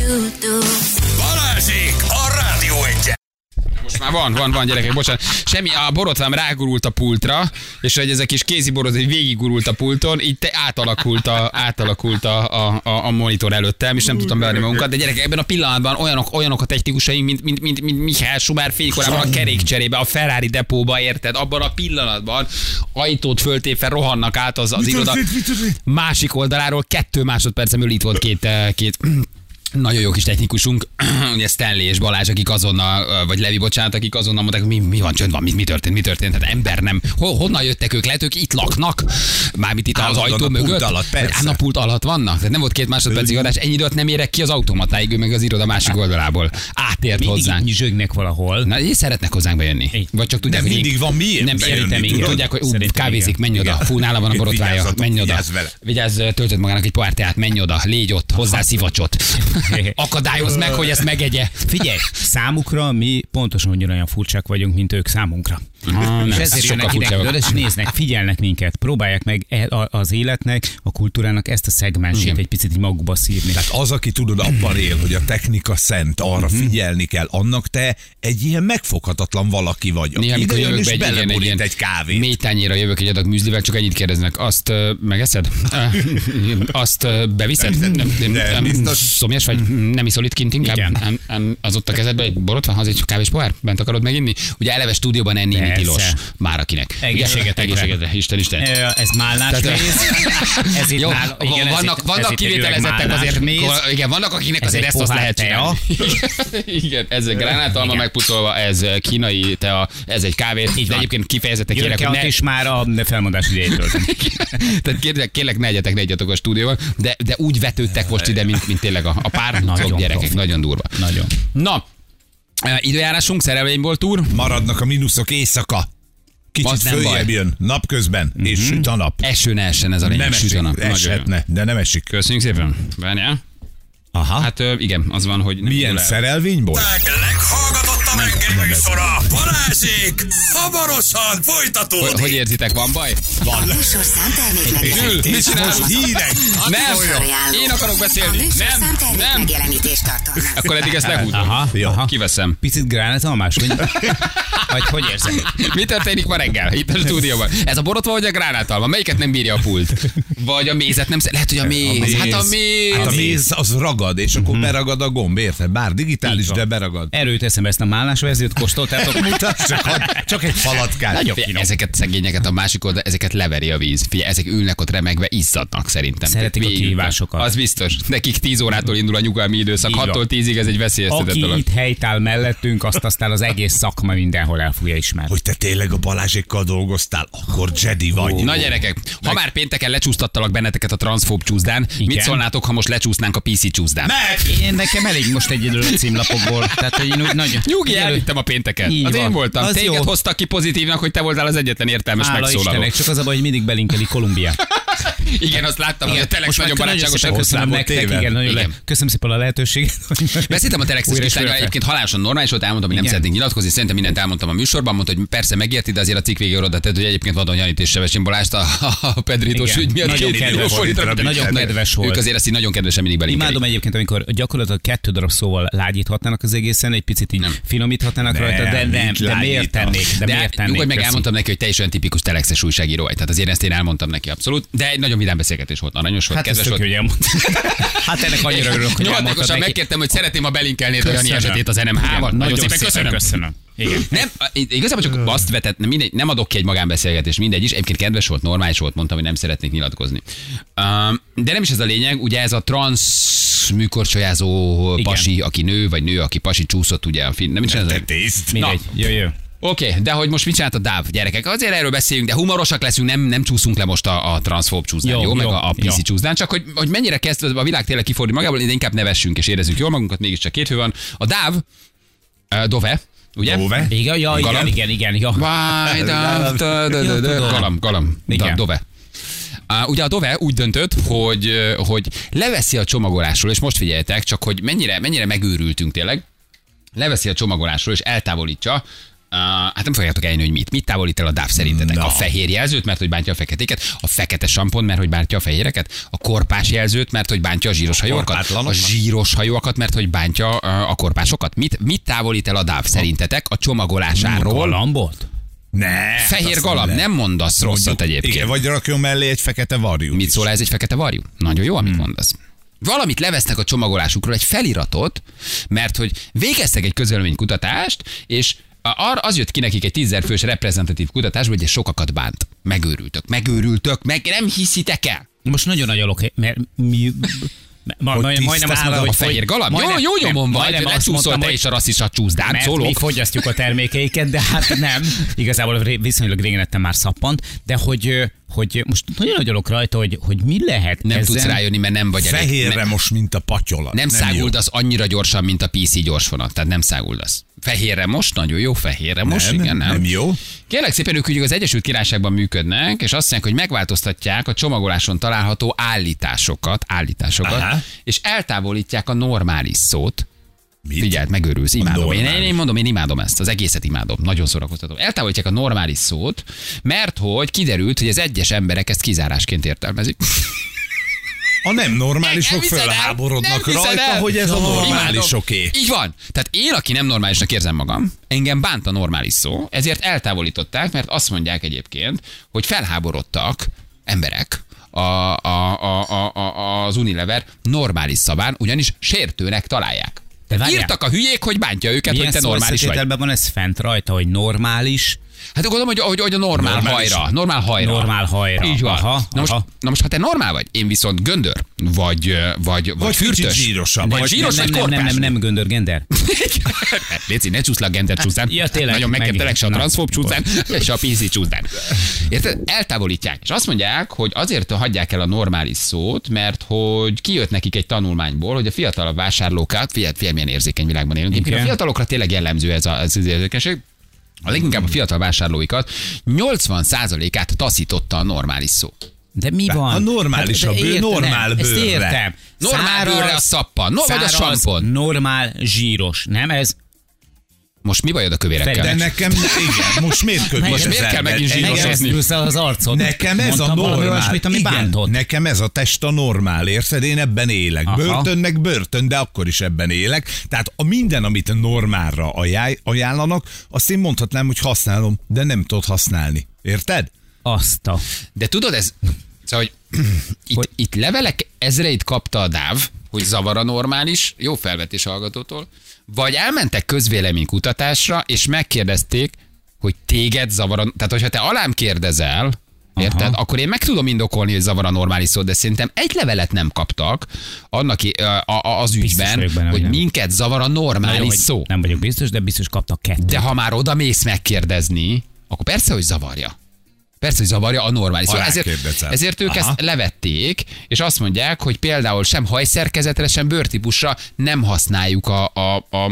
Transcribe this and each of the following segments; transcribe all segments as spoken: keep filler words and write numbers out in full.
Balázsék a Rádió Egyen. Most már van, van, van gyerekek, bocsánat. Semmi, a borotvám rágurult a pultra, és hogy ez a kis kézi borot végigurult a pulton, így te átalakult a, átalakult a, a, a monitor előttem, és nem tudtam beadni magunkat, de gyerekek, ebben a pillanatban olyanok, olyanok a technikusaink, mint, mint, mint, mint Michael Schumacher fénykorában a kerékcserébe, a Ferrari depóba, érted? Abban a pillanatban ajtót föltépve rohannak át az, az iroda másik oldaláról, kettő másodpercen belül itt volt két, két nagyon jó kis technikusunk, ugye Stanley és Balázs, akik azonnal, vagy Levi, bocsánat, akik azonnal mondták, mi, mi van, csönd van, mi, mi történt, mi történt, hát ember nem. Hol, honnan jöttek ők, lehet ők itt laknak? Mármint itt az ajtó a mögött? Alatt, a pult alatt vannak? Tehát nem volt két másodpercig adás, ennyi időt nem érek ki az automatáig, ő meg az iroda másik oldalából. Átért hozzánk. Mindig zsögnek valahol. Na, és szeretnek hozzánk bejönni. Vagy csak tudják, hogy mindig van miért nem bejönni, tudod? Tudják, hogy ú, kávézik, menj oda. Fú, nála van a borotvája, menj oda. Vigyázz, töltött magának egy pohár teát, menj oda, légy ott, hozzá szivacsot. Akadályoz meg, hogy ezt megegye. Figyelj, számukra mi pontosan ugyanolyan furcsák vagyunk, mint ők számunkra. Ah, és nem, ezért jönnek ide, tudod, és néznek, figyelnek minket, próbálják meg az életnek, a kultúrának ezt a szegmensét egy picit így magukba szívni. Tehát az, aki tudod, abban él, hogy a technika szent, arra figyelni kell, annak te egy ilyen megfoghatatlan valaki vagy. Néha, amikor ide jön, jövök és be egy, igen, egy, ilyen egy kávét. mély tányérra jövök egy adag műzlivel, csak ennyit kérdeznek. Azt uh, megeszed? Uh, azt uh, beviszed? Nem, nem, nem, nem, szomjas vagy? Nem iszol itt kint inkább? Um, um, az ott a kezedben egy borotva, az egy kávés pohár? Bent akarod meginni? Ugye eleve stúdióban enni mi tilos. Már akinek. Egészségetekre. Egészségetekre. Isten, Isten. Ez málnás rész. Ez itt jó, nál, igen, vannak, ez vannak itt, kivételezettek azért. Igen, vannak akiknek ez azért ezt azt lehet csinálni. Igen, ez gránátalma megpucolva, ez kínai tea, ez egy kávé. De egyébként kifejezetten kérlek, hogy ne... és már a felmondás idejétől. Tehát kérlek, kérlek, ne egyetek, ne egyetek a stúdióban, de, de úgy vetődtek most ide, mint, mint tényleg a, a pár nagyon gyerekek. Profi. Nagyon durva. Nagyon. Na, időjárásunk, szerelvényból túr. Maradnak a mínuszok éjszaka. Kicsit följebb jön napközben, mm-hmm. és süt a nap. Eső ne essen, ez a lényeg. Nem esik, a nap. eshetne, de nem esik. Köszönjük szépen. Várjál. Aha. Hát igen, az van, hogy... Milyen szerelvényból? Leghallgatottabb reggeli műsora. Balázsék, hamarosan folytatódik. Hogy, hogy érzitek, van baj? Van. A műsor számtermék Ül, mit csinálsz? Hírek. Nem, én akarok beszélni. Nem, nem. megjelenítést tartalmaz. Akkor eddig ezt lehúzom. Aha, aha. Kiveszem. Picit gránátalmás, vagy, vagy hogy érzed? Mi történik ma reggel itt a stúdióban? Ez a borotva vagy a gránátalma? Melyiket nem bírja a pult? Vagy a mézet nem... Lehet, hogy a méz. A méz. Hát a méz. Hát a méz az ragad, és akkor uh-huh. beragad a gomb, érted? Bár digitális, de beragad. Erőt eszem, ezt a málnás verziót kóstoltátok? csak, csak egy palatkát. Ezeket szegényeket a másik oldal, ezeket leveri a víz. Figyelj, ezek ülnek ott remegve, izzadnak szerintem. Szeretik a kihívásokat. Az biztos. Nekik tíz órától indul a nyugalmi időszak, hattól tízig ez egy veszélyeztetett dolog. Aki itt helytáll mellettünk, azt aztán az egész szakma mindenhol el fogja ismerni. Hogy te tényleg a Balázsékkal dolgoztál, akkor Jedi vagy. Na gyerekek, ha már pénteken lecsúsztattalak benneteket a transzfób csúszdán, mit szólnátok, ha most lecsúsznánk a pé cé csúszdán? Meg! Én nekem elég most egy idő címlapokból. Tehát, hogy én úgy nagyon... Nyugi, elvittem a pénteket. Az én voltam. Az Téged jó. Hoztak ki pozitívnak, hogy te voltál az egyetlen értelmes Hála megszólaló. Istennek, csak az a baj, hogy mindig belinkeli Kolumbiát. Igen, azt láttam, hogy a Telex nagyon barátságosan köszönöm nektek, igen, nagyon igen. Köszönöm szépen a lehetőséget. Beszéltem a Telexes kislányról, egyébként halálosan normális volt, elmondtam, hogy nem szeretnénk nyilatkozni, szerintem mindent elmondtam a műsorban, mondta, hogy persze megérti, de azért a cikk végén oda tett, hogy egyébként Vadon Janit és Sebestyén Balást a, a Pedritos ügy miatt. Nagyon kedves volt. Nagyon kedves volt. Ők azért ezt így nagyon kedvesen mindig belinkelik. Imádom egyébként, amikor gyakorlatilag kettő darab szóval lágyíthatnának az egészen, egy picit így finomíthatnának rajta, de nem, de miért tennék? De miért tennék? Nyugodj meg, elmondtam neki, hogy te is olyan tipikus Telexes újságíró vagy. Tehát azért ezt én elmondtam neki abszolút, de egy nagyon vidám beszélgetés volt, aranyos volt, kedves volt. Hát ennek annyira örülök, hogy elmondtad neki. Megkértem, hogy szeretném, ha belinkelnéd a Jani esetét az en em há-val. Nagyon szépen köszönöm. köszönöm. Igen. Nem, igazából csak azt vetett, mindegy, nem adok ki egy magánbeszélgetés, mindegy is. Egyébként kedves volt, normális volt, mondtam, hogy nem szeretnék nyilatkozni. De nem is ez a lényeg, ugye ez a transz műkorcsolyázó pasi, aki nő, vagy nő, aki pasi csúszott, ugye a film. Nem is ez a mindegy. Jó, jó. Oké, okay, de hogy most mit csinált a dáv, gyerekek? Azért erről beszélünk, de humorosak leszünk, nem, nem csúszunk le most a, a transzfób csúszdán, jó, jó, meg a, a pé cé csúszdán, csak hogy, hogy mennyire kezd a világ tényleg kifordul magából, de inkább nevessünk és érezzük jól magunkat, mégiscsak két hő van. A dáv, uh, Dove, ugye? Dove? Igen, ja, igen, igen, igen, ja. Vaj, dáv, galam, galam, Dove. Uh, ugye a Dove úgy döntött, hogy, hogy leveszi a csomagolásról, és most figyeljetek, csak hogy mennyire, mennyire megőrültünk tényleg, leveszi a csomagolásról, és eltávolítsa hát nem fogjátok eljönni, hogy mit. Mit távolít el a dáv szerintetek? Na. A fehér jelzőt, mert hogy bántja a feketéket, a fekete sampont, mert hogy bántja a fehéreket, a korpás jelzőt, mert hogy bántja a zsíros hajókat, a korpátlanokat? zsíros hajókat, mert hogy bántja a korpásokat. Mit, mit távolít el a dáv szerintetek a csomagolásáról? Galambot? Ne. Fehér azt galamb, le- nem mondasz rosszat Mondjuk, egyébként. Igen, vagy rakjon mellé egy fekete varjú. Mit is. szól ez egy fekete varjú? Nagyon jó, amit mondasz. Valamit levesznek a csomagolásukról, egy feliratot, mert hogy végeztek egy közvéleménykutatást, és ar- az jött ki nekik egy tízezer fős reprezentatív kutatásból, hogy ez sokakat bánt. Megőrültök, megőrültök, meg nem hiszitek el. Most nagyon nagy alok, mert mi... Ma, Hogy majdnem, majdnem azt tisztára mondom, A hogy fehér galamb? Jó, majdnem- jó nyomon nem, vagy, majdnem ne azt csúszol mondtam, te hogy- is a rasszista csúszdán, mert mi szólok. fogyasztjuk a termékeiket, de hát nem. Igazából ré- viszonylag régen ettem már szappant, de hogy, ö, hogy most nagyon nagyolok rajta, hogy, hogy mi lehet Nem ezen. tudsz rájönni, mert nem vagy elég. Fehérre Nem, most, mint a patyolat. nem jó. száguldasz annyira gyorsan, mint a pé cé gyorsvonat, tehát nem száguldasz. Fehérre most, nagyon jó, fehérre most, Nem, igen, nem. nem jó. Kérlek szépen, ők ugye az Egyesült Királyságban működnek, és azt mondják, hogy megváltoztatják a csomagoláson található állításokat, állításokat, Aha. és eltávolítják a normális szót. Mit? Figyeld, megőrülsz, imádom. Én, normális. én, mondom, én imádom ezt, az egészet imádom. Nagyon szórakoztató. Eltávolítják a normális szót, mert hogy kiderült, hogy az egyes emberek ezt kizárásként értelmezik. A nem normálisok Nem hiszed el, fölháborodnak nem hiszed rajta, el. hogy ez a Jó, normálisoké. imádom. Így van. Tehát én, aki nem normálisnak érzem magam, engem bánt a normális szó, ezért eltávolították, mert azt mondják egyébként, hogy felháborodtak emberek a, a, a, a, a, az Unilever normális szaván, ugyanis sértőnek találják. De várjál. Írtak a hülyék, hogy bántja őket, Milyen hogy te normális vagy. szóösszetételben van ez fent rajta, hogy normális, Hát gondolom, hogy, hogy, hogy a normál Normális. hajra. Normál hajra. Normál hajra. Így van. Aha, na, most, aha. na most, ha te normál vagy, én viszont göndör, vagy, vagy, vagy, Vagy kicsit fürtös, zsírosabb. vagy Vagy zsíros, nem, vagy nem, nem, korpás. nem, nem, göndör, gender. Léci, ne csúszd le a gender csúszán. Ja, tényleg, Nagyon megkettelek se a megint. transzfób csúszán, se a pé cé csúszán. Érted? Eltávolítják. És azt mondják, hogy azért hagyják el a normális szót, mert hogy kijött nekik egy tanulmányból, hogy a fiatalabb vásárlókat, figyelj, figyelj, milyen érzékeny világban élünk. Igen. A fiatalokra tényleg jellemző ez, a, ez az érzékenység. A leginkább a fiatal vásárlóikat nyolcvan százalékát taszította a normális szó. De mi van? a normális Hát, a de bőr, értem, normál ezt bőrre. értem. Normál bőrre a szappan, no, vagy a száraz, sampon. normál, zsíros. Nem ez? Most mi bajod a kövérekkel? De nekem, igen, most miért kötünk Most miért kell megint zsíros Nekem- eszni? Megesztülsz az arcod. Nekem ez Mondtam a valami normál. olyasmit, ami Igen, bántott. nekem ez a test a normál, érted? Én ebben élek. Aha. Börtönnek börtön, de akkor is ebben élek. Tehát a minden, amit normálra ajánl, ajánlanak, azt én mondhatnám, hogy használom, de nem tudod használni. Érted? Azt a... De tudod, ez... Szóval, hogy itt, Hogy- itt levelek ezreit kapta a dáv, hogy zavar a normális, jó felvetés hallgatótól, vagy elmentek közvéleménykutatásra, és megkérdezték, hogy téged zavar a... Tehát, hogyha te alám kérdezel, érted, Aha. akkor én meg tudom indokolni, hogy zavar a normális szó, de szerintem egy levelet nem kaptak annak i- a, a, az ügyben, vagyok benne, hogy hogy nem. minket zavar a Nagyon, normális hogy szó. Nem vagyok biztos, de biztos kaptak kettőt. De ha már oda mész megkérdezni, akkor persze, hogy zavarja. Persze, hogy zavarja a normális. Ha Szóval ezért, rákérdezel. ezért ők Aha. ezt levették, és azt mondják, hogy például sem hajszerkezetre, sem bőrtípusra nem használjuk a, a, a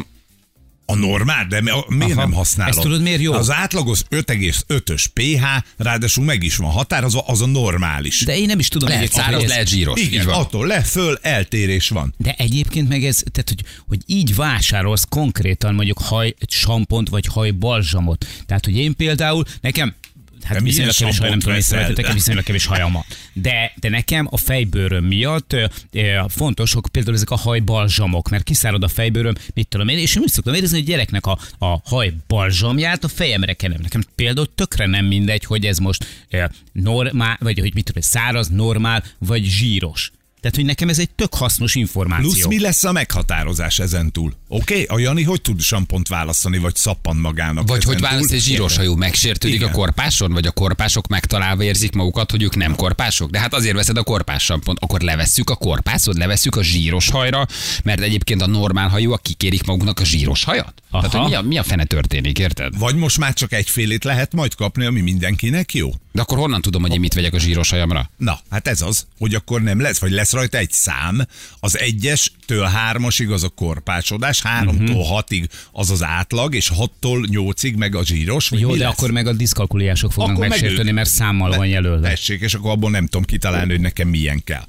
A normál, de mi- a- miért Aha. nem használod? Ezt tudod, miért jó? Az átlagos öt egész ötös pH, ráadásul meg is van határozva, az a normális. De én nem is tudom, lehet egyébként, száraz, hogy ez- lehet zsíros. Így Igen, van. attól le, föl, eltérés van. De egyébként meg ez, tehát hogy, hogy így vásárolsz konkrétan mondjuk haj sampont vagy hajbalzsamot. Tehát, hogy én például, nekem hát De milyen viszonylag kevés haj, nem sampont tudom veszel? észrevetni, nekem viszonylag kevés hajam van. De, de nekem a fejbőröm miatt ö, ö, fontos, hogy például ezek a hajbalzsamok, mert kiszárad a fejbőröm, mit tudom én, és én úgy szoktam érezni, hogy gyereknek a, a hajbalzsamját a fejemre kenem. Nekem például tökre nem mindegy, hogy ez most ö, normál, vagy hogy mit tudom, száraz, normál, vagy zsíros. Tehát, hogy nekem ez egy tök hasznos információ. Plusz mi lesz a meghatározás ezentúl? Oké? Okay? A Jani hogy tud sampont választani, vagy szappan magának? vagy hogy ezentúl? választ egy zsíros hajú megsértődik Igen. a korpáson, vagy a korpások megtalálva érzik magukat, hogy ők nem korpások. De hát azért veszed a korpás sampont, akkor levesszük a korpászod, levesszük a zsíros hajra, mert egyébként a normál hajúak kikérik maguknak a zsíros hajat. Aha. Tehát, hogy mi a, mi a fene történik, érted? Vagy most már csak egyfélét lehet majd kapni, ami mindenkinek jó? De akkor honnan tudom, hogy én mit vegyek a zsíros hajamra? Na, hát ez az, hogy akkor nem lesz, vagy lesz rajta egy szám, az egyestől hármasig az a korpásodás, háromtól Mhm. hatig az az átlag, és hattól nyolcig meg a zsíros. vagy Jó, mi de lesz? akkor meg a diszkalkuliások fognak Akkor meg megsérteni, ők. mert számmal van jelölve. Tessék, és akkor abból nem tudom kitalálni, hogy nekem milyen kell.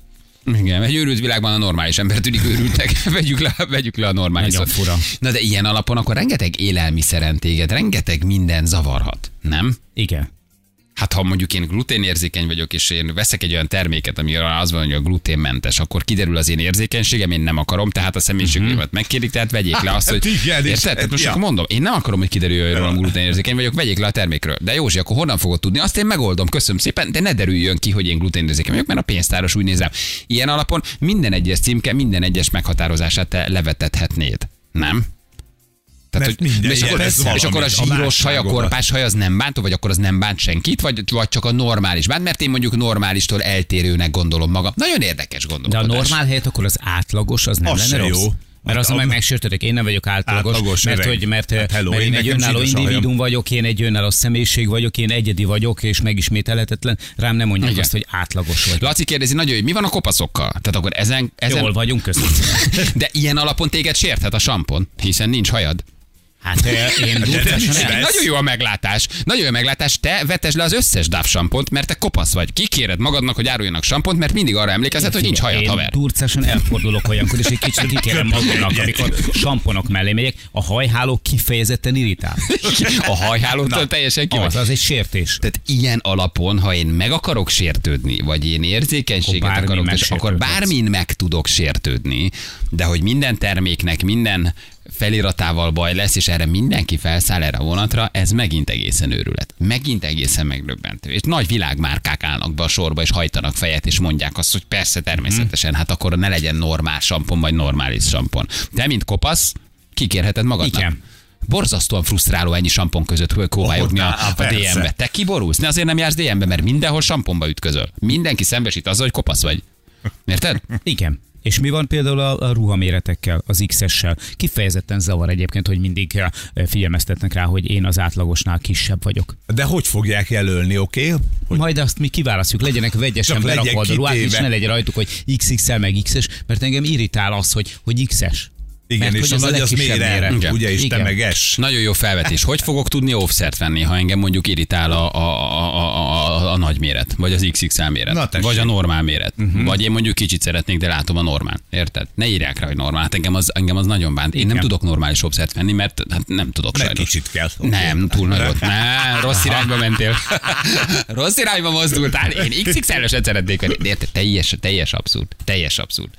Igen, egy őrült világban a normális ember tűnik őrültek. vegyük, le, vegyük le a normális. Nagyon fura. Na de ilyen alapon akkor rengeteg élelmiszeren téged, rengeteg minden zavarhat, nem? Igen. Hát ha mondjuk én gluténérzékeny vagyok, és én veszek egy olyan terméket, ami az van, hogy a gluténmentes, akkor kiderül az én érzékenységem, én nem akarom, tehát a személyiségemet uh-huh. megkérik, tehát vegyék le azt, hogy... Igen, és- Érted? Tehát most ja. akkor mondom, én nem akarom, hogy kiderüljön, hogy rólam gluténérzékeny vagyok, vegyék le a termékről. De Józsi, akkor honnan fogod tudni? Azt én megoldom, köszönöm szépen, de ne derüljön ki, hogy én gluténérzékeny vagyok, mert a pénztáros úgy néz rám. Ilyen alapon minden egyes címke, minden egyes meghatározását te levetethetnéd. Nem? Tehát, Mert hogy, minden és, akkor, jelez és akkor a valamit, a zsíros haj, a másságodat. korpás haj az nem bántó, vagy akkor az nem bánt senkit, vagy, vagy csak a normális bánt, mert én mondjuk normálistól eltérőnek gondolom magam. Nagyon érdekes De a gondolkodás. normál helyett akkor az átlagos, az nem Az lenne se rossz? jó. Mert azon Hát meg a- megsértődök, én nem vagyok átlagos, Átlagos mert, öreg. hogy, mert, Hát hello, mert én én egy nekem önálló zsíros a hajam. individuum vagyok, én egy önálló személyiség vagyok, én egyedi vagyok, és megismételhetetlen. Rám nem mondják Igen. azt, hogy átlagos vagy. Laci kérdezi, nagyon jó, mi van a kopaszokkal? Tehát akkor ezen... ezen... Jól vagyunk, köszönöm. De ilyen alapon téged sérthet a sampon, hiszen nincs hajad. Hát eh, én durvásan nincs el... rá. Nagyon jó a meglátás. Nagyon jó a meglátás. Te vetesd le az összes dáv sampont, mert te kopasz vagy. Kikéred magadnak, hogy áruljanak sampont, mert mindig arra emlékezhet, hogy nincs hajad, Én haver. durcásan elfordulok olyankor, és egy kicsit kikérem magamnak, amikor samponok mellé megyek. A hajháló kifejezetten irritál. A hajhálótól teljesen ki vagy. Az, az egy sértés. Tehát ilyen alapon, ha én meg akarok sértődni, vagy én érzékenységet Akkor bármin akarok, és akkor megsértődhetsz. bármin meg tudok sértődni, de hogy minden terméknek, minden feliratával baj lesz, és erre mindenki felszáll erre a vonatra, ez megint egészen őrület. Megint egészen megdöbbentő. És nagy világmárkák állnak be a sorba, és hajtanak fejet, és mondják azt, hogy persze, természetesen, hát akkor ne legyen normál sampon, vagy normális sampon. Te, mint kopasz, kikérheted magadnak. Igen. Borzasztóan frusztráló ennyi sampon között kóvályogni a, Á, a persze. dé em-be. Te kiborulsz? Ne azért nem jársz dé em-be, mert mindenhol samponba ütközöl. Mindenki szembesít azzal, hogy kopasz vagy. Érted? Igen. És mi van például a, a ruhaméretekkel, az iksz essel? Kifejezetten zavar egyébként, hogy mindig eh, figyelmeztetnek rá, hogy én az átlagosnál kisebb vagyok. De hogy fogják jelölni, oké? Okay? Majd azt mi kiválasztjuk, legyenek vegyesen Csak legyen berakva a ruhák, és kitéve. ne legyen rajtuk, hogy iksz iksz el meg iksz-es, mert engem irritál az, hogy, hogy iksz-es. Igen, Mert és hogy a ez a nagy az legkisebb méret, méret. Igen. ugye, és te Igen. meg es. Nagyon jó felvetés. Hogy fogok tudni offszert venni, ha engem mondjuk irritál a, a, a, a, a, a nagy méret, vagy az iksz iksz el méret, Na, tessék. vagy a normál méret. Uh-huh. Vagy én mondjuk kicsit szeretnék, de látom a normál. Érted? Ne írják rá, hogy normál. Hát engem az, engem az nagyon bánt. Én nem Igen. tudok normális offszert venni, mert hát nem tudok Meg sajnos. kicsit kell. Okay. Nem, túl nagyot. Nem, rossz irányba mentél. Rossz irányba mozdultál. Én iksz iksz el-öset szeretnék venni. De érted? Teljes, teljes abszurd. Teljes abszurd.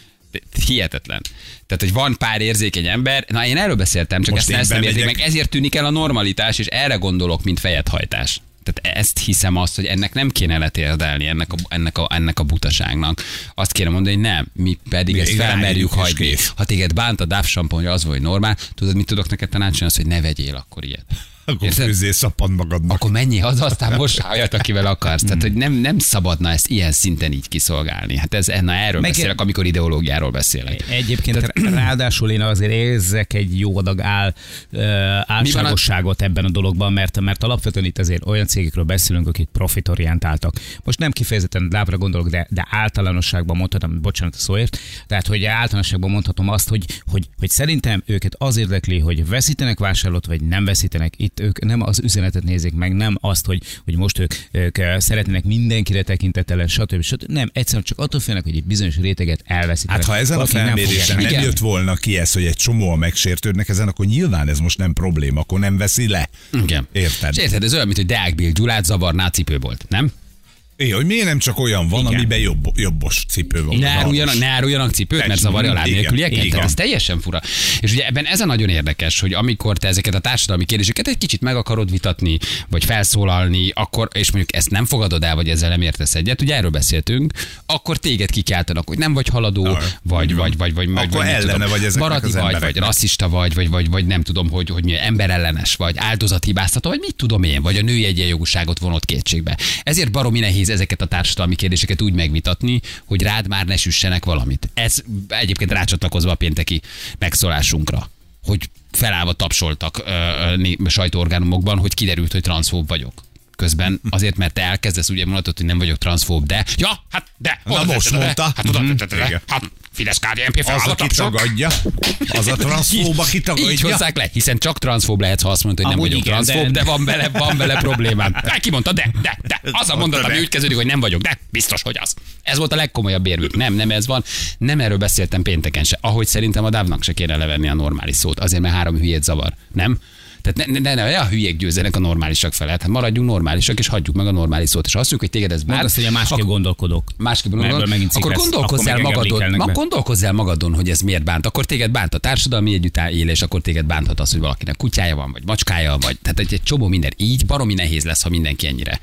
Hihetetlen. Tehát, hogy van pár érzékeny ember, na én erről beszéltem, csak Most ezt, én ezt nem érzik bemegyek. meg, ezért tűnik el a normalitás, és erre gondolok, mint fejethajtás. Tehát ezt hiszem azt, hogy ennek nem kéne letérdelni, ennek a, ennek a, ennek a butaságnak. Azt kéne mondani, hogy nem, mi pedig Mi ezt felmerjük ráírjuk, és hagyni. kész. Ha téged bánt a dáv samponja, az vagy normál, tudod, mit tudok neked tanácsolni? Az, hogy ne vegyél akkor ilyet. Akkor Érted? főzzél szappan magadnak. Akkor menjél haza, aztán mossa hajat, akivel akarsz. Tehát, hogy nem, nem szabadna ezt ilyen szinten így kiszolgálni. Hát ez, na erről Meg- beszélek, amikor ideológiáról beszélek. Egyébként ráadásul én azért érzek egy jó adag áll, ö, álságosságot ebben a dologban, mert, mert alapvetően itt azért olyan cégekről beszélünk, akik profitorientáltak. Most nem kifejezetten lábra gondolok, de, de általánosságban mondhatom, bocsánat a szóért, tehát hogy általánosságban mondhatom azt, hogy, hogy, hogy szerintem őket az érdekli, hogy veszítenek vásárlót, vagy nem veszítenek. Itt ők nem az üzenetet nézik meg, nem azt, hogy, hogy most ők, ők szeretnének mindenkire tekintettel, stb. stb. Nem, egyszerűen csak attól félnek, hogy egy bizonyos réteget elveszítenek. Hát ha ezen a Akik nem felmérésen fogják nem, Igen. jött volna ki ez, hogy egy csomóan megsértődnek ezen, akkor nyilván ez most nem probléma, akkor nem veszi le. Igen. Érted? És érted, ez olyan, mint hogy Deák Bill Gyulát zavarná a cipőbolt, nem? É, hogy miért nem csak olyan van, Igen. amiben jobb, jobbos cipő van. Ne áruljanak, ne áruljanak cipőt, mert Persze, zavarja a igen, lábnélkülieket. igen. Tehát ez teljesen fura. És ugye ebben ez a nagyon érdekes, hogy amikor te ezeket a társadalmi kérdéseket egy kicsit meg akarod vitatni, vagy felszólalni, akkor, és mondjuk ezt nem fogadod el, vagy ezzel nem értesz egyet, ugye erről beszéltünk, akkor téged kikeltenek, hogy nem vagy haladó, Na, vagy, úgy van. vagy, vagy, vagy, vagy, Akkor vagy, mit ellene tudom, vagy ezeknek barati az vagy, vagy embereknek. rasszista vagy, vagy, vagy, vagy nem tudom, hogy, hogy mi, emberellenes vagy, áldozathibáztató, vagy mit tudom én, vagy a női egyenjogúságot vonott kétségbe. Ezért baromi nehéz ezeket a társadalmi kérdéseket úgy megvitatni, hogy rád már ne süssenek valamit. Ez egyébként rácsatlakozva a pénteki megszólásunkra, hogy felállva tapsoltak ö, ö, sajtóorgánumokban, hogy kiderült, hogy transzfób vagyok. közben azért, mert te elkezdesz ugye mondatot, hogy nem vagyok transzfób, de... Ja, hát de! Na most mondta. Hát oda, Mhm. hát Fidesz ká dé en pé Az, feláll a aki tapsok. tagadja, az a transzfób, aki Így tagadja. hozzák le, hiszen csak transzfób lehetsz, ha azt mondod, hogy nem Amúgy vagyok igen, transzfób, de- de van bele, van bele problémám. Hát ki mondta, de, de, de. Az a mondat, ami de. úgy kezdődik, hogy nem vagyok, de biztos, hogy az. Ez volt a legkomolyabb érvük. Nem, nem ez van. Nem erről beszéltem pénteken se. Ahogy szerintem a dávnak se kéne levenni a normális szót. Azért, mert három hülyét zavar. Nem? Tehát ne, ne, ne, ne a hülyék győzzenek a normálisak felett. Hát maradjunk normálisak, és hagyjuk meg a normális szót. És azt mondjuk, hogy téged ez bár... Mondd azt, hogy a másképp gondolkodok. Másképp Ebből gondolod, megint cikk akkor lesz. gondolkozz Akkor el még engem magadon, linkelnek ma be. gondolkozz el magadon, hogy ez miért bánt. Akkor téged bánt a társadalmi együttélés, akkor téged bánthat az, hogy valakinek kutyája van, vagy macskája, vagy tehát egy, egy csomó minden. Így baromi nehéz lesz, ha mindenki ennyire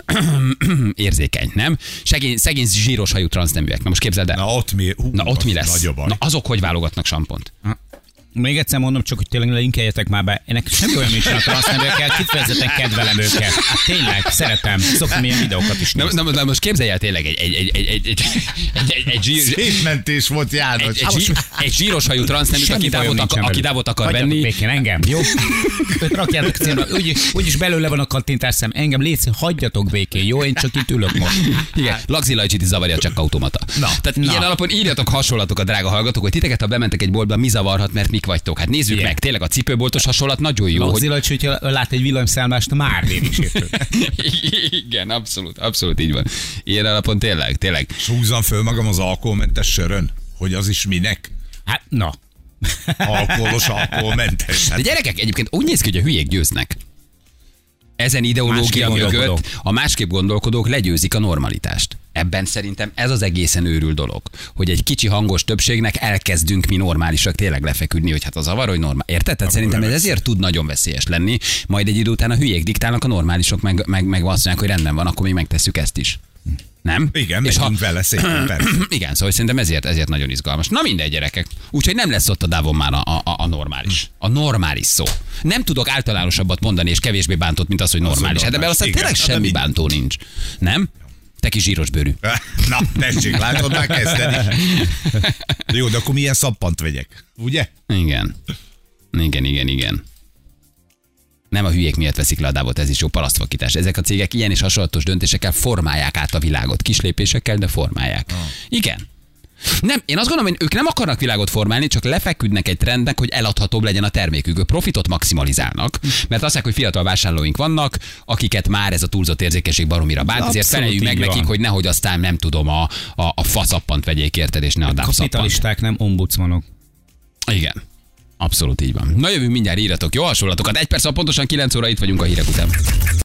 érzékeny, nem? Segény, szegény zsíros hajú transzneműek. Na most képzeld el. Na ott mi, hú, Na ott mi az lesz? Nagy a baj. Na azok hogy válogatnak sampont? Még egyszer mondom, csak hogy tényleg linkeljetek már be. Ennek semmi olyan nincsen a transzneműekkel, kifejezetten kedvelem őket. Tényleg, szeretem. Szoktam ilyen videókat is Na, nézni. na, na most képzelj el tényleg egy, egy, egy, egy, egy, egy, egy, egy, egy, zsír, Szép mentés volt János. egy, egy, zsír, egy zsíros hajú transzneműt, Semmi aki bajom dávot, nincsen akar, aki velük. dávot akar Hagyjatok venni. békén engem, jó? Őt rakjátok célra. Úgy, úgyis belőle van a kattintás szem. Engem légy, hagyjatok békén, jó? Én csak itt ülök most. Igen, Lagzi Lajcsit is zavarja a csekk automata. Na, Tehát na. ilyen alapon írjatok hasonlatokat, drága hallgatók, hogy titeket, ha bementek egy boltba, mi zavarhat, mert mik vagytok. Hát nézzük Igen. meg, tényleg a cipőboltos hasonlat nagyon jó. Lagzi Hogy... Lajcsi, hogyha lát egy villanyszállmást, már vér is értő. Igen, abszolút, abszolút így van. Ilyen alapon tényleg, tényleg. És húzzam föl magam az alkoholmentes sörön, hogy az is minek. Hát, na. Alkoholos, alkoholmentes. De Hát gyerekek, egyébként úgy néz ki, hogy a hülyék győznek. Ezen ideológia Másképp mögött gondolkodók. a másképp gondolkodók legyőzik a normalitást. Ebben szerintem ez az egészen őrült dolog, hogy egy kicsi hangos többségnek elkezdünk mi normálisak tényleg lefeküdni, hogy hát az zavar, hogy normál. Érted? Tehát szerintem ez levesz. ezért tud nagyon veszélyes lenni, majd egy idő után a hülyék diktálnak, a normálisok meg, meg, meg azt mondják, hogy rendben van, akkor mi megtesszük ezt is. Nem? igen, És megyünk vele szépen, persze. Igen, szóval szerintem ezért, ezért nagyon izgalmas. Na mindegy, gyerekek. Úgyhogy nem lesz ott a dávon már a, a, a normális. A normális szó. Nem tudok általánosabbat mondani, és kevésbé bántott, mint az, hogy normális. Hát ebben normális, aztán igen. tényleg Hát de semmi mi- bántó nincs. Nem? Te kis zsíros bőrű. Na, tessék, látod már kezdeni. Jó, de akkor milyen szappant vegyek? Ugye? Igen. Igen, igen, igen. Nem a hülyék miatt veszik le a dávot, ez is jó parasztvakítás. Ezek a cégek ilyen és hasonlatos döntésekkel formálják át a világot. Kis lépésekkel, de formálják. Ah. Igen. Nem, én azt gondolom, hogy ők nem akarnak világot formálni, csak lefeküdnek egy trendnek, hogy eladhatóbb legyen a termékük. Ők profitot maximalizálnak, mert azt mondják, hogy fiatal vásárlóink vannak, akiket már ez a túlzott érzékenység baromira bánt, ezért Abszolút feleljük meg így van. nekik, hogy nehogy aztán nem tudom, a, a, a faszappant vegyék, érted, és ne a dávszappant. Kapitalisták, nem ombudsmanok. Igen. Abszolút így van. Na jövünk mindjárt, írjatok jó hasonlatokat. Egy perc, pontosan kilenc óra itt vagyunk a hírek után.